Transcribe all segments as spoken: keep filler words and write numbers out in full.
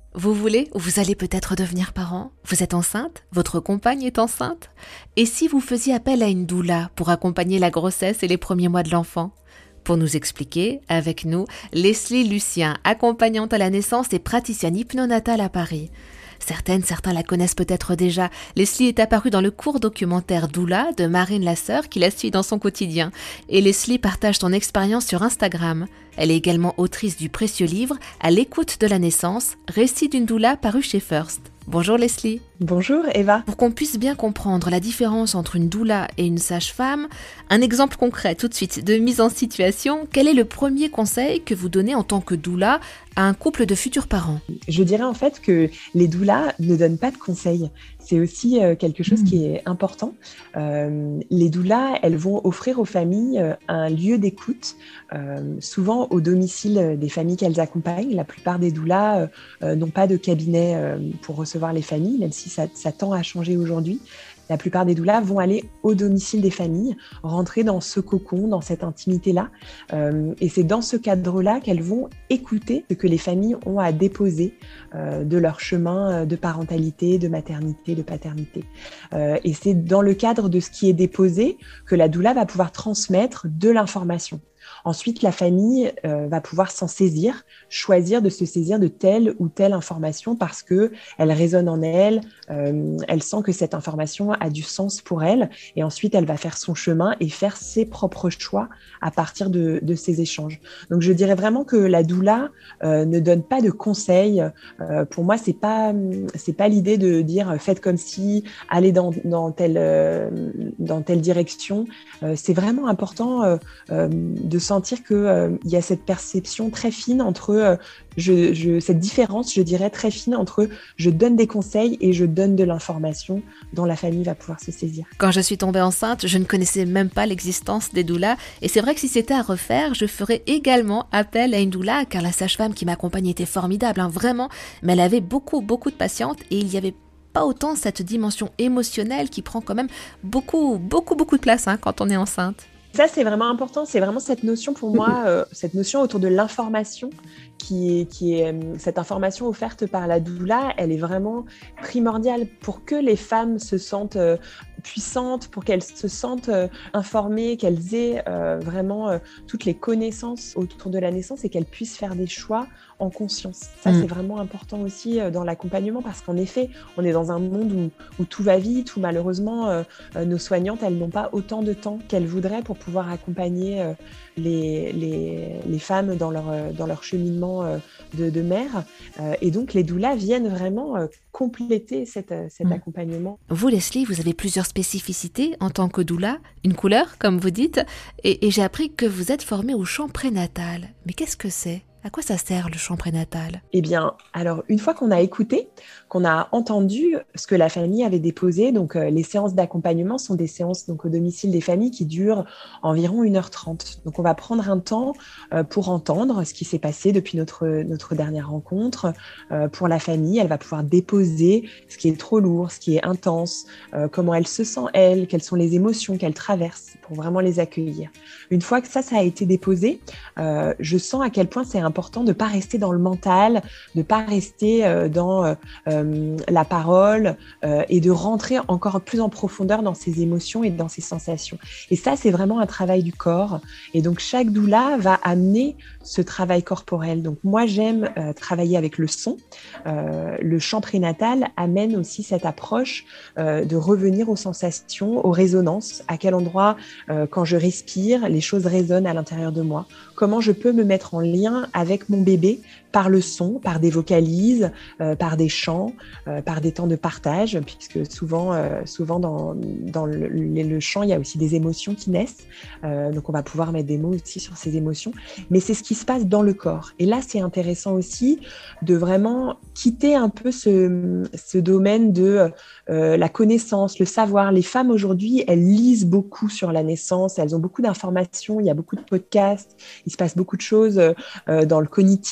Vous voulez ou vous allez peut-être devenir parent? Vous êtes enceinte? Votre compagne est enceinte? Et si vous faisiez appel à une doula pour accompagner la grossesse et les premiers mois de l'enfant? Pour nous expliquer, avec nous, Leslie Lucien, accompagnante à la naissance et praticienne hypnonatale à Paris. Certaines, certains la connaissent peut-être déjà. Leslie est apparue dans le court documentaire Doula de Marine Lasseur qui la suit dans son quotidien. Et Leslie partage son expérience sur Instagram. Elle est également autrice du précieux livre À l'écoute de la naissance, récit d'une doula paru chez First. Bonjour Leslie. Bonjour Eva. Pour qu'on puisse bien comprendre la différence entre une doula et une sage-femme, un exemple concret tout de suite de mise en situation, quel est le premier conseil que vous donnez en tant que doula à un couple de futurs parents? Je dirais en fait que les doulas ne donnent pas de conseils. C'est aussi euh, quelque chose mmh. qui est important. Euh, les doulas, elles vont offrir aux familles euh, un lieu d'écoute, euh, souvent au domicile des familles qu'elles accompagnent. La plupart des doulas euh, euh, n'ont pas de cabinet euh, pour recevoir les familles, même si ça, ça tend à changer aujourd'hui. La plupart des doulas vont aller au domicile des familles, rentrer dans ce cocon, dans cette intimité-là. Euh, et c'est dans ce cadre-là qu'elles vont écouter ce que les familles ont à déposer euh, de leur chemin de parentalité, de maternité, de paternité. Euh, et c'est dans le cadre de ce qui est déposé que la doula va pouvoir transmettre de l'information. Ensuite, la famille euh, va pouvoir s'en saisir, choisir de se saisir de telle ou telle information parce qu'elle résonne en elle, euh, elle sent que cette information a du sens pour elle et ensuite elle va faire son chemin et faire ses propres choix à partir de, de ces échanges. Donc je dirais vraiment que la doula euh, ne donne pas de conseils. Euh, pour moi, c'est pas, c'est pas l'idée de dire faites comme si, allez dans, dans, telle, euh, dans telle direction. Euh, c'est vraiment important euh, euh, de sentir qu'il euh, y a cette perception très fine entre, euh, je, je, cette différence, je dirais, très fine entre je donne des conseils et je donne de l'information dont la famille va pouvoir se saisir. Quand je suis tombée enceinte, je ne connaissais même pas l'existence des doulas et c'est vrai que si c'était à refaire, je ferais également appel à une doula car la sage-femme qui m'accompagnait était formidable, hein, vraiment, mais elle avait beaucoup, beaucoup de patientes et il y avait pas autant cette dimension émotionnelle qui prend quand même beaucoup, beaucoup, beaucoup de place hein, quand on est enceinte. Ça, c'est vraiment important. C'est vraiment cette notion pour moi, euh, cette notion autour de l'information qui est, qui est euh, cette information offerte par la doula, elle est vraiment primordiale pour que les femmes se sentent euh, puissantes, pour qu'elles se sentent euh, informées, qu'elles aient euh, vraiment euh, toutes les connaissances autour de la naissance et qu'elles puissent faire des choix en conscience. Ça, mmh. c'est vraiment important aussi euh, dans l'accompagnement parce qu'en effet, on est dans un monde où, où tout va vite, où malheureusement, euh, euh, nos soignantes, elles n'ont pas autant de temps qu'elles voudraient pour pouvoir accompagner euh, les, les, les femmes dans leur, euh, dans leur cheminement euh, de, de mère. Euh, et donc, les doulas viennent vraiment euh, compléter cet, cet mmh. accompagnement. Vous, Leslie, vous avez plusieurs spécificités en tant que doula, une couleur, comme vous dites, et, et j'ai appris que vous êtes formée au chant prénatal. Mais qu'est-ce que c'est ? À quoi ça sert le chant prénatal? Eh bien, alors une fois qu'on a écouté, qu'on a entendu ce que la famille avait déposé, donc euh, les séances d'accompagnement sont des séances donc au domicile des familles qui durent environ une heure trente. Donc on va prendre un temps euh, pour entendre ce qui s'est passé depuis notre, notre dernière rencontre. Euh, pour la famille, elle va pouvoir déposer ce qui est trop lourd, ce qui est intense, euh, comment elle se sent elle, quelles sont les émotions qu'elle traverse pour vraiment les accueillir. Une fois que ça, ça a été déposé, euh, je sens à quel point c'est important important de ne pas rester dans le mental, de ne pas rester euh, dans euh, la parole euh, et de rentrer encore plus en profondeur dans ses émotions et dans ses sensations. Et ça, c'est vraiment un travail du corps. Et donc, chaque doula va amener ce travail corporel. Donc, moi, j'aime euh, travailler avec le son. Euh, le chant prénatal amène aussi cette approche euh, de revenir aux sensations, aux résonances, à quel endroit, euh, quand je respire, les choses résonnent à l'intérieur de moi. Comment je peux me mettre en lien avec mon bébé par le son, par des vocalises, euh, par des chants, euh, par des temps de partage, puisque souvent, euh, souvent dans, dans le, le, le chant, il y a aussi des émotions qui naissent. Euh, donc, on va pouvoir mettre des mots aussi sur ces émotions. Mais c'est ce qui se passe dans le corps. Et là, c'est intéressant aussi de vraiment quitter un peu ce, ce domaine de euh, la connaissance, le savoir. Les femmes aujourd'hui, elles lisent beaucoup sur la naissance, elles ont beaucoup d'informations, il y a beaucoup de podcasts, il se passe beaucoup de choses euh, dans le cognitif, dans la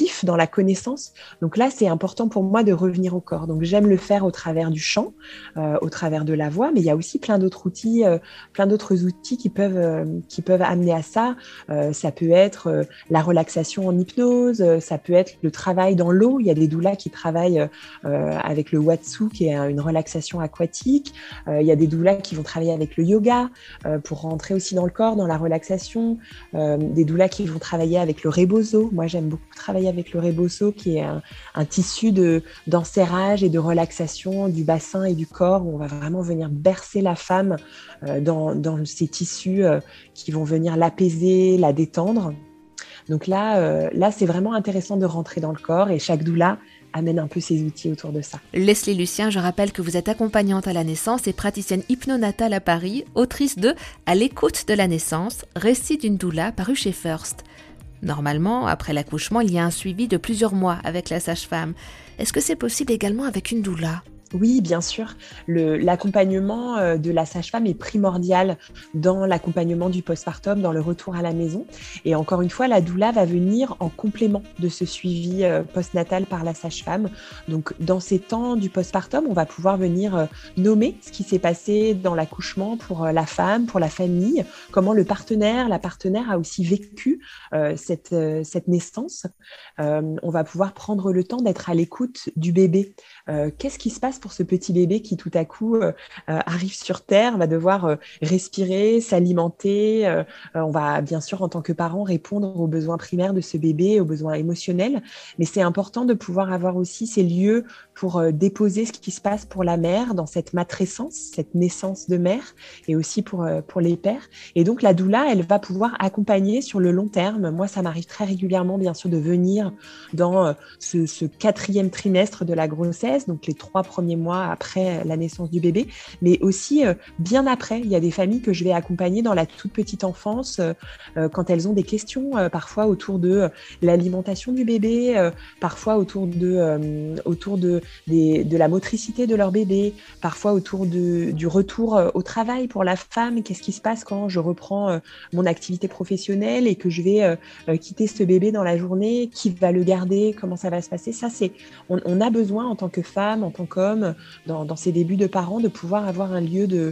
la connaissance. Donc là, c'est important pour moi de revenir au corps. Donc j'aime le faire au travers du chant, euh, au travers de la voix, mais il y a aussi plein d'autres outils, euh, plein d'autres outils qui peuvent, euh, qui peuvent amener à ça. Euh, ça peut être euh, la relaxation en hypnose, euh, ça peut être le travail dans l'eau. Il y a des doulas qui travaillent euh, avec le Watsu, qui est une relaxation aquatique. Euh, il y a des doulas qui vont travailler avec le yoga euh, pour rentrer aussi dans le corps, dans la relaxation. Euh, des doulas qui vont travailler avec le rebozo. Moi, j'aime beaucoup travailler avec le rebozo, qui est un, un tissu de, d'enserrage et de relaxation du bassin et du corps, où on va vraiment venir bercer la femme euh, dans, dans ces tissus euh, qui vont venir l'apaiser, la détendre. Donc là, euh, là, c'est vraiment intéressant de rentrer dans le corps, et chaque doula amène un peu ses outils autour de ça. Leslie Lucien, je rappelle que vous êtes accompagnante à la naissance et praticienne hypnonatale à Paris, autrice de « À l'écoute de la naissance, récit d'une doula » paru chez First. Normalement, après l'accouchement, il y a un suivi de plusieurs mois avec la sage-femme. Est-ce que c'est possible également avec une doula ? Oui, bien sûr. Le, l'accompagnement de la sage-femme est primordial dans l'accompagnement du postpartum, dans le retour à la maison. Et encore une fois, la doula va venir en complément de ce suivi postnatal par la sage-femme. Donc, dans ces temps du postpartum, on va pouvoir venir nommer ce qui s'est passé dans l'accouchement pour la femme, pour la famille, comment le partenaire, la partenaire a aussi vécu euh, cette, euh, cette naissance. Euh, on va pouvoir prendre le temps d'être à l'écoute du bébé. Euh, qu'est-ce qui se passe pour ce petit bébé qui tout à coup euh, euh, arrive sur Terre, va devoir euh, respirer, s'alimenter. Euh, on va bien sûr en tant que parent répondre aux besoins primaires de ce bébé, aux besoins émotionnels, mais c'est important de pouvoir avoir aussi ces lieux pour euh, déposer ce qui se passe pour la mère dans cette matrescence, cette naissance de mère, et aussi pour, euh, pour les pères. Et donc la doula, elle va pouvoir accompagner sur le long terme. Moi, ça m'arrive très régulièrement bien sûr de venir dans euh, ce, ce quatrième trimestre de la grossesse, donc les trois premiers mois après la naissance du bébé, mais aussi euh, bien après. Il y a des familles que je vais accompagner dans la toute petite enfance euh, quand elles ont des questions, euh, parfois autour de euh, l'alimentation du bébé, euh, parfois autour de, euh, autour de, des, de la motricité de leur bébé, parfois autour de, du retour euh, au travail pour la femme. Qu'est-ce qui se passe quand je reprends euh, mon activité professionnelle et que je vais euh, euh, quitter ce bébé dans la journée? Qui va le garder? Comment ça va se passer? Ça, c'est, on, on a besoin en tant que femme, en tant qu'homme, Dans, dans ces débuts de parents, de pouvoir avoir un lieu de,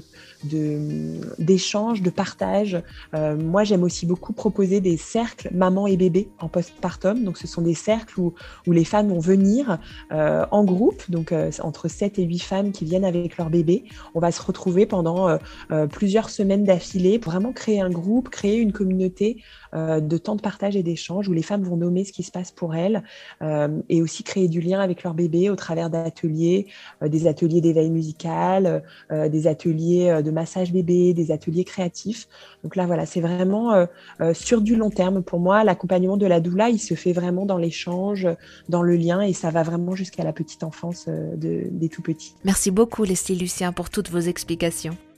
de, d'échange, de partage. Euh, moi, j'aime aussi beaucoup proposer des cercles maman et bébé en postpartum. Donc, ce sont des cercles où, où les femmes vont venir euh, en groupe, donc euh, entre sept et huit femmes qui viennent avec leur bébé. On va se retrouver pendant euh, euh, plusieurs semaines d'affilée pour vraiment créer un groupe, créer une communauté euh, de temps de partage et d'échange où les femmes vont nommer ce qui se passe pour elles euh, et aussi créer du lien avec leur bébé au travers d'ateliers, euh, des ateliers d'éveil musical, euh, des ateliers de massage bébé, des ateliers créatifs. Donc là, voilà, c'est vraiment euh, euh, sur du long terme pour moi. L'accompagnement de la doula, il se fait vraiment dans l'échange, dans le lien, et ça va vraiment jusqu'à la petite enfance euh, de, des tout petits. Merci beaucoup Leslie Lucien pour toutes vos explications.